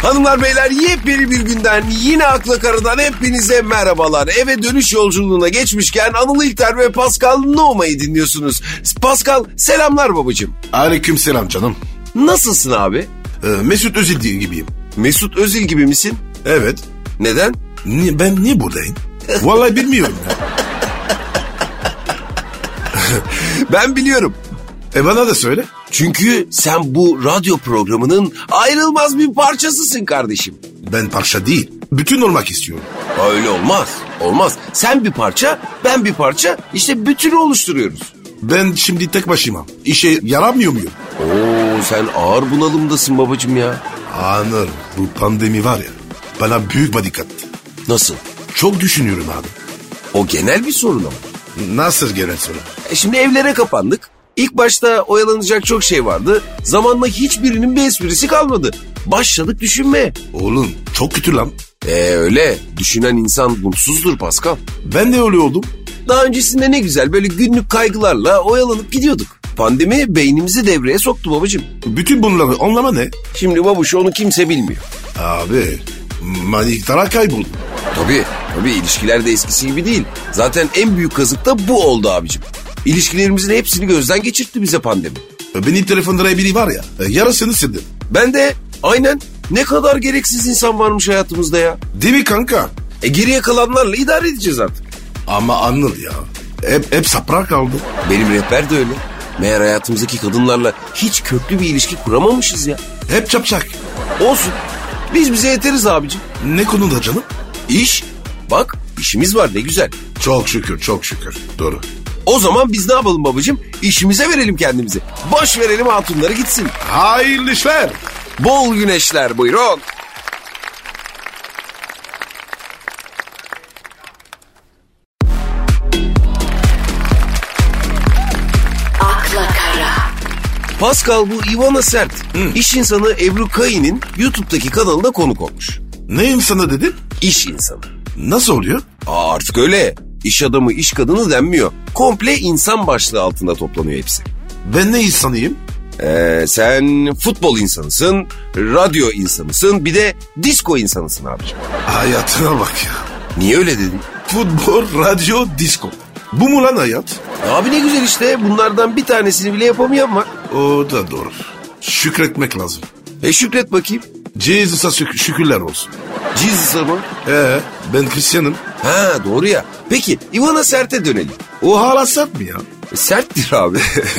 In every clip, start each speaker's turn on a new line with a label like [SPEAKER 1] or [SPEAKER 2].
[SPEAKER 1] Hanımlar beyler, yepyeni bir günden yine Akla Kara'dan hepinize merhabalar. Eve dönüş yolculuğuna geçmişken Anıl İlter ve Pascal Numa'yı dinliyorsunuz. Pascal, selamlar babacığım.
[SPEAKER 2] Aleyküm selam canım.
[SPEAKER 1] Nasılsın abi?
[SPEAKER 2] Mesut Özil gibiyim.
[SPEAKER 1] Mesut Özil gibi misin?
[SPEAKER 2] Evet.
[SPEAKER 1] Neden?
[SPEAKER 2] Ben niye buradayım? Vallahi bilmiyorum ya.
[SPEAKER 1] Ben biliyorum.
[SPEAKER 2] Bana da söyle.
[SPEAKER 1] Çünkü sen bu radyo programının ayrılmaz bir parçasısın kardeşim.
[SPEAKER 2] Ben parça değil, bütün olmak istiyorum.
[SPEAKER 1] Öyle olmaz. Olmaz. Sen bir parça, ben bir parça, işte bütünü oluşturuyoruz.
[SPEAKER 2] Ben şimdi tek başıma. İşe yaramıyor muyum?
[SPEAKER 1] Oo, sen ağır bunalımdasın babacığım ya.
[SPEAKER 2] Anır, bu pandemi var ya, bana büyük badikat attı.
[SPEAKER 1] Nasıl?
[SPEAKER 2] Çok düşünüyorum abi.
[SPEAKER 1] O genel bir sorun ama.
[SPEAKER 2] Nasıl genel sorun?
[SPEAKER 1] Şimdi evlere kapandık. İlk başta oyalanacak çok şey vardı. Zamanla hiçbirinin bir esprisi kalmadı. Başladık düşünmeye.
[SPEAKER 2] Oğlum çok kötü lan.
[SPEAKER 1] Öyle. Düşünen insan mutsuzdur Pascal.
[SPEAKER 2] Ben de öyle oldum.
[SPEAKER 1] Daha öncesinde ne güzel böyle günlük kaygılarla oyalanıp gidiyorduk. Pandemi beynimizi devreye soktu babacığım.
[SPEAKER 2] Bütün bunları anlama ne?
[SPEAKER 1] Şimdi babuş onu kimse bilmiyor.
[SPEAKER 2] Abi manitara kayboldum.
[SPEAKER 1] Tabii ilişkiler de eskisi gibi değil. Zaten en büyük kazık da bu oldu abicim. İlişkilerimizin hepsini gözden geçirtti bize pandemi.
[SPEAKER 2] Benim telefonda biri var ya, yarısını sildim.
[SPEAKER 1] Ben de aynen, ne kadar gereksiz insan varmış hayatımızda ya.
[SPEAKER 2] Değil mi kanka?
[SPEAKER 1] Geriye kalanlarla idare edeceğiz artık.
[SPEAKER 2] Ama Anıl ya, hep saprak kaldı.
[SPEAKER 1] Benim rehber de öyle. Meğer hayatımızdaki kadınlarla hiç köklü bir ilişki kuramamışız ya.
[SPEAKER 2] Hep çapçak.
[SPEAKER 1] Olsun. Biz bize yeteriz abicim.
[SPEAKER 2] Ne konuda canım?
[SPEAKER 1] İş. Bak, işimiz var, ne güzel.
[SPEAKER 2] Çok şükür. Doğru.
[SPEAKER 1] O zaman biz ne yapalım babacığım? İşimize verelim kendimizi. Boş verelim hatunları gitsin.
[SPEAKER 2] Hayırlı işler.
[SPEAKER 1] Bol güneşler, buyurun.
[SPEAKER 3] Akla Kara.
[SPEAKER 1] Pascal, bu Ivana Sert, iş insanı Ebru Kayı'nın YouTube'daki kanalında konuk olmuş.
[SPEAKER 2] Ne insanı dedin?
[SPEAKER 1] İş insanı.
[SPEAKER 2] Nasıl oluyor?
[SPEAKER 1] Artık öyle. İş adamı, iş kadını denmiyor. Komple insan başlığı altında toplanıyor hepsi.
[SPEAKER 2] Ben ne insanıyım?
[SPEAKER 1] Sen futbol insanısın, radyo insanısın, bir de disco insanısın abiciğim.
[SPEAKER 2] Hayatına bak ya.
[SPEAKER 1] Niye öyle dedin?
[SPEAKER 2] Futbol, radyo, disco. Bu mu lan hayat?
[SPEAKER 1] Abi ne güzel işte, bunlardan bir tanesini bile yapamayan var.
[SPEAKER 2] O da doğru. Şükretmek lazım.
[SPEAKER 1] Şükret bakayım.
[SPEAKER 2] Jesus'a şükürler olsun.
[SPEAKER 1] Jesus'a mı?
[SPEAKER 2] Ben Hristiyanım.
[SPEAKER 1] Ha, doğru ya. Peki Ivana Sert'e dönelim.
[SPEAKER 2] O hala sert mi ya?
[SPEAKER 1] Serttir abi.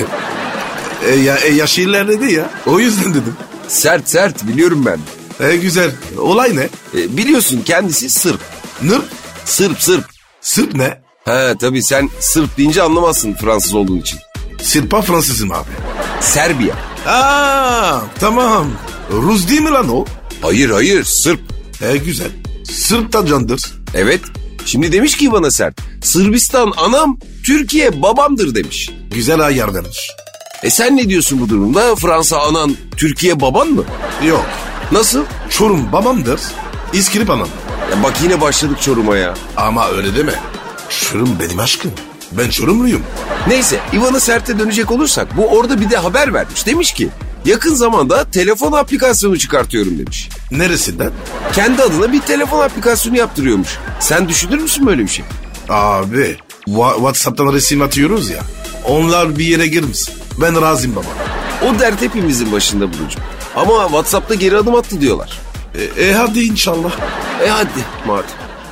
[SPEAKER 2] Yaşı ilerledi ya. O yüzden dedim.
[SPEAKER 1] Sert biliyorum ben.
[SPEAKER 2] Güzel. Olay ne?
[SPEAKER 1] Biliyorsun kendisi Sırp.
[SPEAKER 2] Nır?
[SPEAKER 1] Sırp.
[SPEAKER 2] Sırp ne?
[SPEAKER 1] Ha tabii, sen Sırp deyince anlamazsın Fransız olduğun için.
[SPEAKER 2] Sırpa Fransızım abi.
[SPEAKER 1] Serbiya.
[SPEAKER 2] Tamam. Rus değil mi lan o?
[SPEAKER 1] Hayır, Sırp.
[SPEAKER 2] Güzel. Sırp da candır.
[SPEAKER 1] Evet. Şimdi demiş ki Ivana Sert, Sırbistan anam, Türkiye babamdır demiş.
[SPEAKER 2] Güzel ayar vermiş.
[SPEAKER 1] Sen ne diyorsun bu durumda? Fransa anan, Türkiye baban mı?
[SPEAKER 2] Yok.
[SPEAKER 1] Nasıl?
[SPEAKER 2] Çorum babamdır. İskilip anam.
[SPEAKER 1] Bak yine başladık Çorum'a ya.
[SPEAKER 2] Ama öyle deme. Çorum benim aşkım. Ben Çorumluyum.
[SPEAKER 1] Neyse, Ivana Sert'e dönecek olursak, bu orada bir de haber vermiş. Demiş ki yakın zamanda telefon aplikasyonu çıkartıyorum demiş.
[SPEAKER 2] Neresinden?
[SPEAKER 1] Kendi adına bir telefon aplikasyonu yaptırıyormuş. Sen düşünür müsün böyle bir şey?
[SPEAKER 2] Abi WhatsApp'tan resim atıyoruz ya. Onlar bir yere girmesin. Ben razıyım baba.
[SPEAKER 1] O dert hepimizin başında Burcu'cum. Ama WhatsApp'ta geri adım attı diyorlar.
[SPEAKER 2] Hadi inşallah.
[SPEAKER 1] Hadi madem.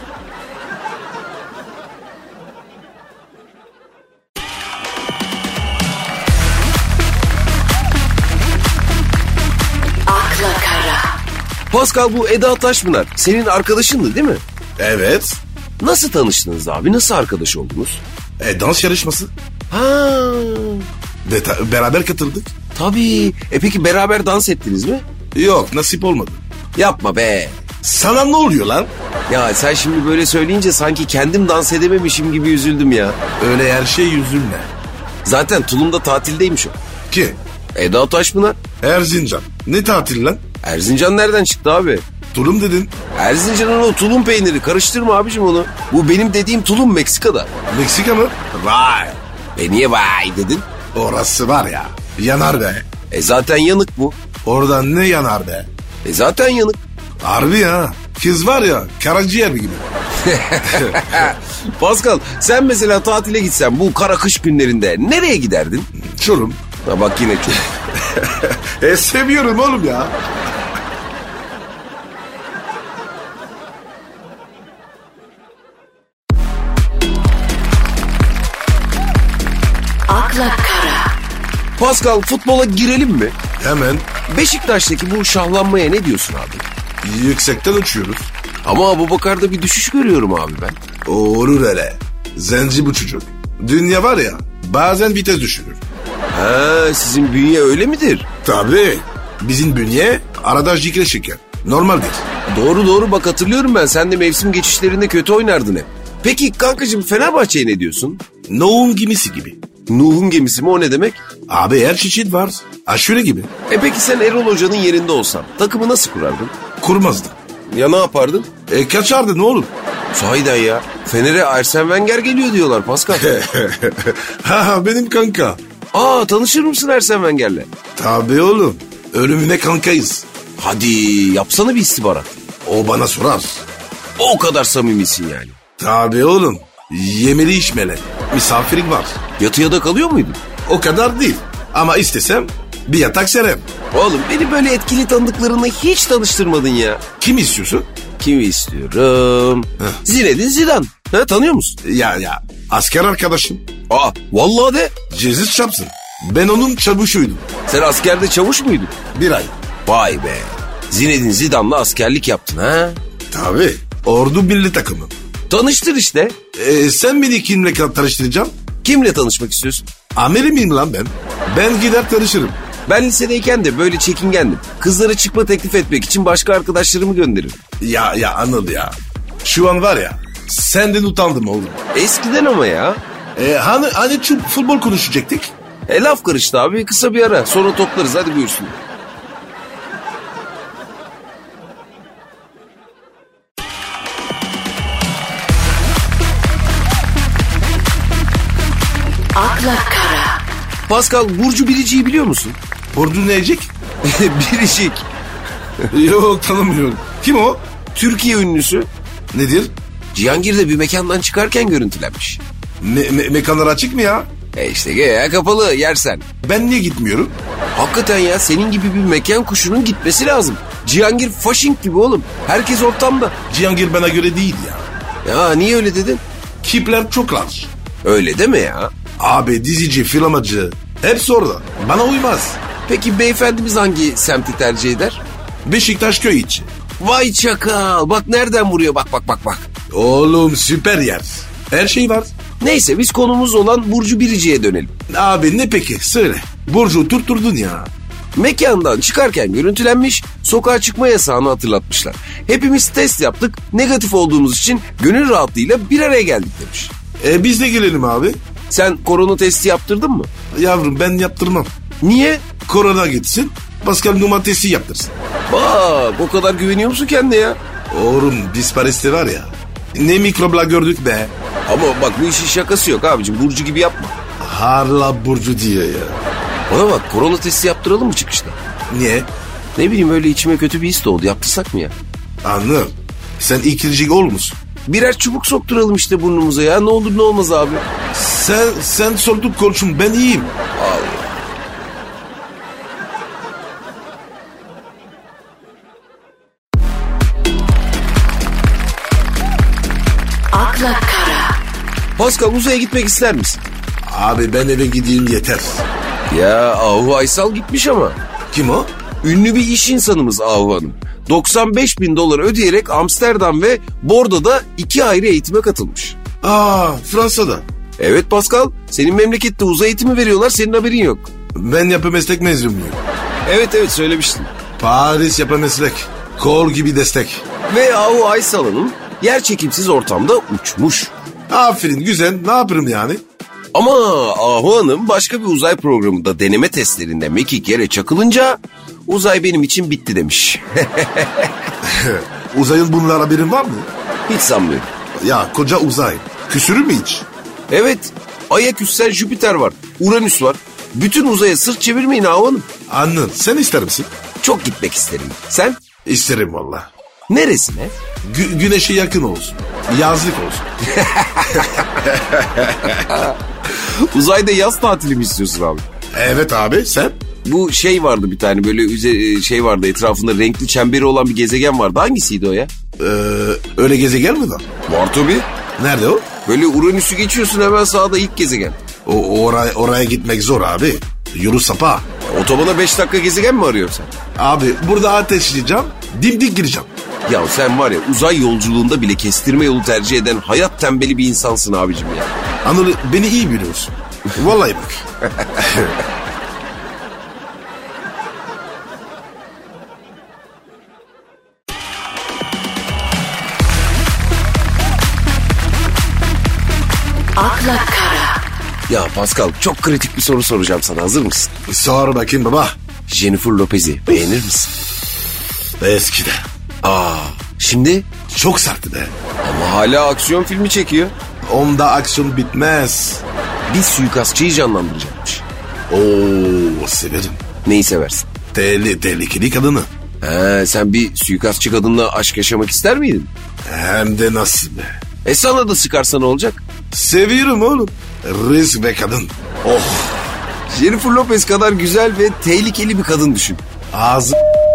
[SPEAKER 3] Akla Kara.
[SPEAKER 1] Pascal, bu Eda Taşpınar senin arkadaşındı değil mi?
[SPEAKER 2] Evet.
[SPEAKER 1] Nasıl tanıştınız abi? Nasıl arkadaş oldunuz?
[SPEAKER 2] Dans yarışması.
[SPEAKER 1] Ha,
[SPEAKER 2] Beraber katıldık.
[SPEAKER 1] tabii. Peki beraber dans ettiniz mi?
[SPEAKER 2] Yok, nasip olmadı.
[SPEAKER 1] Yapma be.
[SPEAKER 2] Sana ne oluyor lan?
[SPEAKER 1] Ya sen şimdi böyle söyleyince sanki kendim dans edememişim gibi üzüldüm ya.
[SPEAKER 2] Öyle her şey üzülme.
[SPEAKER 1] Zaten Tulum'da tatildeymiş o.
[SPEAKER 2] Ki?
[SPEAKER 1] Eda Taşpınar.
[SPEAKER 2] Erzincan. Ne tatil lan?
[SPEAKER 1] Erzincan nereden çıktı abi?
[SPEAKER 2] Tulum dedin.
[SPEAKER 1] Erzincan'ın o tulum peyniri. Karıştırma abicim onu. Bu benim dediğim tulum Meksika'da.
[SPEAKER 2] Meksika mı? Vay.
[SPEAKER 1] Niye vay dedin?
[SPEAKER 2] Orası var ya. Yanar be.
[SPEAKER 1] Zaten yanık bu.
[SPEAKER 2] Oradan ne yanar be?
[SPEAKER 1] Zaten yanık.
[SPEAKER 2] Harbi ya. Kız var ya karaciğer gibi.
[SPEAKER 1] Pascal sen mesela tatile gitsen bu kara kış günlerinde nereye giderdin?
[SPEAKER 2] Çorum.
[SPEAKER 1] Ha bak yine çok.
[SPEAKER 2] Seviyorum oğlum ya.
[SPEAKER 3] akla kara,
[SPEAKER 1] Pascal futbola girelim mi?
[SPEAKER 2] Hemen
[SPEAKER 1] Beşiktaş'taki bu şahlanmaya ne diyorsun abi?
[SPEAKER 2] yüksekten uçuyoruz.
[SPEAKER 1] Ama Abubakar'da bir düşüş görüyorum abi ben.
[SPEAKER 2] Olur öyle. Zenci bu çocuk. Dünya var ya bazen vites düşürür.
[SPEAKER 1] Ha sizin bünye öyle midir?
[SPEAKER 2] Tabii. Bizim bünye arada jikre şeker. Normaldir.
[SPEAKER 1] Doğru bak hatırlıyorum ben. Sen de mevsim geçişlerinde kötü oynardın hep. Peki kankacığım Fenerbahçe'ye ne diyorsun?
[SPEAKER 2] Nohum gemisi gibi.
[SPEAKER 1] Nuh'un gemisi mi o ne demek?
[SPEAKER 2] Abi her çeşit var. Aşure gibi.
[SPEAKER 1] Peki sen Erol Hoca'nın yerinde olsan takımı nasıl kurardın?
[SPEAKER 2] Kurmazdım.
[SPEAKER 1] Ya ne yapardın?
[SPEAKER 2] Kaçardı ne olur.
[SPEAKER 1] Sahiden ya. Fener'e Arsene Wenger geliyor diyorlar Pascal.
[SPEAKER 2] Ha benim kanka.
[SPEAKER 1] Aa tanışır mısın Arsene Wenger'le?
[SPEAKER 2] Tabii oğlum. Ölümüne kankayız.
[SPEAKER 1] Hadi yapsana bir istihbarat.
[SPEAKER 2] O bana sorar.
[SPEAKER 1] O kadar samimisin yani.
[SPEAKER 2] Tabii oğlum. Yemeli içmeli. Misafirik var.
[SPEAKER 1] Yatıya da kalıyor muydun?
[SPEAKER 2] O kadar değil. Ama istesem bir yatak serem.
[SPEAKER 1] Oğlum beni böyle etkili tanıdıklarınla hiç tanıştırmadın ya.
[SPEAKER 2] Kim istiyorsun?
[SPEAKER 1] Kimi istiyorum? Zinedine Zidane. Ha, tanıyor musun?
[SPEAKER 2] Ya asker arkadaşım.
[SPEAKER 1] Aa vallahi de.
[SPEAKER 2] Ceziz çapsın. Ben onun çavuşuydum.
[SPEAKER 1] Sen askerde çavuş muydun?
[SPEAKER 2] Bir ay.
[SPEAKER 1] Vay be. Zinedine Zidane'la askerlik yaptın ha?
[SPEAKER 2] Tabii. Ordu milli takımı.
[SPEAKER 1] Tanıştır işte.
[SPEAKER 2] Sen beni kimle tanıştıracaksın?
[SPEAKER 1] Kimle tanışmak istiyorsun?
[SPEAKER 2] Ameli miyim lan ben? Ben gider tanışırım.
[SPEAKER 1] Ben lisedeyken de böyle çekingendim. Kızlara çıkma teklif etmek için başka arkadaşlarımı gönderirim.
[SPEAKER 2] Ya Anıl ya. Şu an var ya senden utandım oğlum.
[SPEAKER 1] Eskiden ama ya.
[SPEAKER 2] Hani şu futbol konuşacaktık?
[SPEAKER 1] Laf karıştı abi kısa bir ara. Sonra toplarız hadi buyursun.
[SPEAKER 3] akla kara,
[SPEAKER 1] Pascal Burcu Biricik'i biliyor musun?
[SPEAKER 2] Ordu neyecek?
[SPEAKER 1] Biricik.
[SPEAKER 2] Yok tanımıyorum. Kim o?
[SPEAKER 1] Türkiye ünlüsü.
[SPEAKER 2] Nedir?
[SPEAKER 1] Cihangir'de bir mekandan çıkarken görüntülenmiş.
[SPEAKER 2] Mekanlar açık mı ya?
[SPEAKER 1] İşte ya kapalı yersen.
[SPEAKER 2] Ben niye gitmiyorum?
[SPEAKER 1] Hakikaten ya senin gibi bir mekan kuşunun gitmesi lazım. Cihangir Fasching gibi oğlum. Herkes ortamda.
[SPEAKER 2] Cihangir bana göre değil ya.
[SPEAKER 1] Ya niye öyle dedin?
[SPEAKER 2] Kipler çok large.
[SPEAKER 1] Öyle deme ya.
[SPEAKER 2] Abi dizici, filmacı hepsi orada. Bana uymaz.
[SPEAKER 1] Peki beyefendimiz hangi semti tercih eder?
[SPEAKER 2] Beşiktaş köy içi.
[SPEAKER 1] Vay çakal bak nereden vuruyor bak.
[SPEAKER 2] Oğlum süper yer. Her şey var.
[SPEAKER 1] Neyse biz konumuz olan Burcu Biricik'e dönelim.
[SPEAKER 2] Abi ne peki söyle. Burcu tutturdun ya.
[SPEAKER 1] Mekandan çıkarken görüntülenmiş, sokağa çıkma yasağını hatırlatmışlar. Hepimiz test yaptık, negatif olduğumuz için gönül rahatlığıyla bir araya geldik demiş.
[SPEAKER 2] Biz de gelelim abi.
[SPEAKER 1] Sen korona testi yaptırdın mı?
[SPEAKER 2] Yavrum ben yaptırmam.
[SPEAKER 1] Niye?
[SPEAKER 2] Korona gitsin. Pascal numara testi yaptırsın.
[SPEAKER 1] Bak o kadar güveniyor musun kendine ya?
[SPEAKER 2] Oğlum biz Paris'te var ya. Ne mikrobla gördük be.
[SPEAKER 1] Ama bak bu işin şakası yok abicim. Burcu gibi yapma.
[SPEAKER 2] Harla Burcu diyor ya.
[SPEAKER 1] Bana bak korona testi yaptıralım mı çıkışta?
[SPEAKER 2] Niye?
[SPEAKER 1] Ne bileyim öyle içime kötü bir his de oldu. Yaptırsak mı ya?
[SPEAKER 2] Anladım. Sen ikinci ol musun?
[SPEAKER 1] Birer çubuk sokturalım işte burnumuza ya. Ne olur ne olmaz abi.
[SPEAKER 2] Sen sorduk konuşun ben iyiyim.
[SPEAKER 1] Allah.
[SPEAKER 3] akla kara,
[SPEAKER 1] Pascal uzaya gitmek ister misin?
[SPEAKER 2] Abi ben eve gideyim yeter.
[SPEAKER 1] Ya Ahu Aysal gitmiş ama.
[SPEAKER 2] Kim o?
[SPEAKER 1] Ünlü bir iş insanımız Ahu Hanım. $95.000 ödeyerek Amsterdam ve Bordo'da 2 ayrı eğitime katılmış.
[SPEAKER 2] Fransa'da.
[SPEAKER 1] Evet Pascal, senin memlekette uzay eğitimi veriyorlar, senin haberin yok.
[SPEAKER 2] Ben yapı meslek mezunuyum.
[SPEAKER 1] Evet söylemiştin.
[SPEAKER 2] Paris yapı meslek. Kol gibi destek.
[SPEAKER 1] Ve Ahu Aysal Hanım yer çekimsiz ortamda uçmuş.
[SPEAKER 2] Aferin güzel ne yaparım yani?
[SPEAKER 1] Ama Ahu Hanım başka bir uzay programında deneme testlerinde mekik yere çakılınca uzay benim için bitti demiş.
[SPEAKER 2] Uzayın bunlar haberin var mı?
[SPEAKER 1] Hiç sanmıyorum.
[SPEAKER 2] Ya koca uzay. Küsürür mü hiç?
[SPEAKER 1] Evet, Ay'a küssen Jüpiter var, Uranüs var. Bütün uzaya sırt çevirmeyin Ahu Hanım.
[SPEAKER 2] Anladın sen ister misin?
[SPEAKER 1] Çok gitmek isterim. Sen?
[SPEAKER 2] İsterim valla.
[SPEAKER 1] Neresine?
[SPEAKER 2] Güneşe yakın olsun. Yazlık olsun.
[SPEAKER 1] Uzayda yaz tatili mi istiyorsun abi?
[SPEAKER 2] Evet abi, sen?
[SPEAKER 1] Bu şey vardı bir tane böyle şey vardı, etrafında renkli çemberi olan bir gezegen vardı. Hangisiydi o ya?
[SPEAKER 2] Öyle gezegen mi lan?
[SPEAKER 1] Var tabii.
[SPEAKER 2] Nerede o?
[SPEAKER 1] Böyle Uranüs'ü geçiyorsun, hemen sağda ilk gezegen.
[SPEAKER 2] Oraya gitmek zor abi. Yürü sapa.
[SPEAKER 1] Otobana 5 dakika gezegen mi arıyorsun sen?
[SPEAKER 2] Abi burada ateşleyeceğim, dimdik gireceğim.
[SPEAKER 1] Ya sen var ya, uzay yolculuğunda bile kestirme yolu tercih eden hayat tembeli bir insansın abicim ya.
[SPEAKER 2] Anıl, beni iyi biliyorsun. Vallahi bak.
[SPEAKER 3] akla kara,
[SPEAKER 1] Ya Pascal, çok kritik bir soru soracağım sana, hazır mısın?
[SPEAKER 2] Sor bakayım baba.
[SPEAKER 1] Jennifer Lopez'i beğenir misin?
[SPEAKER 2] Eskiden.
[SPEAKER 1] Şimdi?
[SPEAKER 2] Çok sertti be.
[SPEAKER 1] Ama hala aksiyon filmi çekiyor.
[SPEAKER 2] Onda aksiyon bitmez.
[SPEAKER 1] Bir suikastçıyı canlandıracakmış.
[SPEAKER 2] Oo, severim.
[SPEAKER 1] Neyi seversin?
[SPEAKER 2] Tehlikeli kadını.
[SPEAKER 1] Sen bir suikastçı kadınla aşk yaşamak ister miydin?
[SPEAKER 2] Hem de nasıl be.
[SPEAKER 1] Sana da sıkarsa ne olacak?
[SPEAKER 2] Seviyorum oğlum. Risk ve kadın. Oh.
[SPEAKER 1] Jennifer Lopez kadar güzel ve tehlikeli bir kadın düşün.
[SPEAKER 2] Ağzı...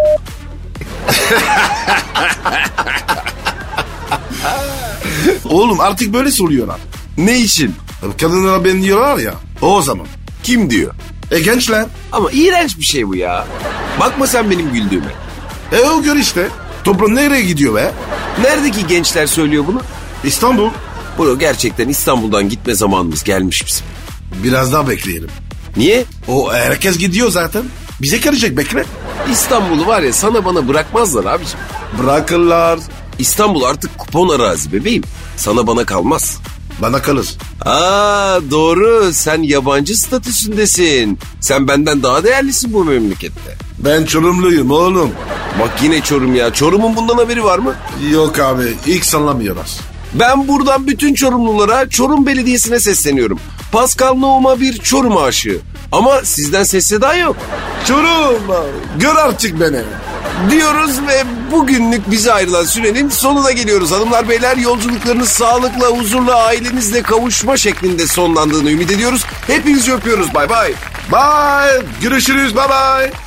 [SPEAKER 2] Oğlum artık böyle soruyorlar.
[SPEAKER 1] Ne için?
[SPEAKER 2] Kadınlara ben diyorlar ya. O zaman.
[SPEAKER 1] Kim diyor?
[SPEAKER 2] Gençler.
[SPEAKER 1] Ama iğrenç bir şey bu ya. Bakma sen benim güldüğüme.
[SPEAKER 2] O gör işte. Toprağın nereye gidiyor be?
[SPEAKER 1] Neredeki gençler söylüyor bunu?
[SPEAKER 2] İstanbul.
[SPEAKER 1] Bro, gerçekten İstanbul'dan gitme zamanımız gelmiş bizim.
[SPEAKER 2] Biraz daha bekleyelim.
[SPEAKER 1] Niye?
[SPEAKER 2] O herkes gidiyor zaten. Bize karışacak, bekle.
[SPEAKER 1] İstanbul'u var ya, sana bana bırakmazlar abicim.
[SPEAKER 2] Bırakırlar.
[SPEAKER 1] İstanbul artık kupon arazi bebeğim. Sana bana kalmaz.
[SPEAKER 2] Bana kalır.
[SPEAKER 1] Doğru, sen yabancı statüsündesin. Sen benden daha değerlisin bu memlekette.
[SPEAKER 2] Ben Çorumluyum oğlum.
[SPEAKER 1] Bak yine Çorum ya. Çorum'un bundan haberi var mı?
[SPEAKER 2] Yok abi, ilk sanlamıyorlar.
[SPEAKER 1] Ben buradan bütün Çorumlulara, Çorum Belediyesi'ne sesleniyorum. Pascal Nohum'a bir Çorum aşığı. Ama sizden ses seda yok.
[SPEAKER 2] Çorum, gör artık beni.
[SPEAKER 1] Diyoruz ve bugünlük bize ayrılan sürenin sonuna geliyoruz. Hanımlar beyler, yolculuklarınız sağlıkla, huzurla, ailenizle kavuşma şeklinde sonlandığını ümit ediyoruz. Hepinizi öpüyoruz. Bay bay.
[SPEAKER 2] Bye. Görüşürüz. Bye bye.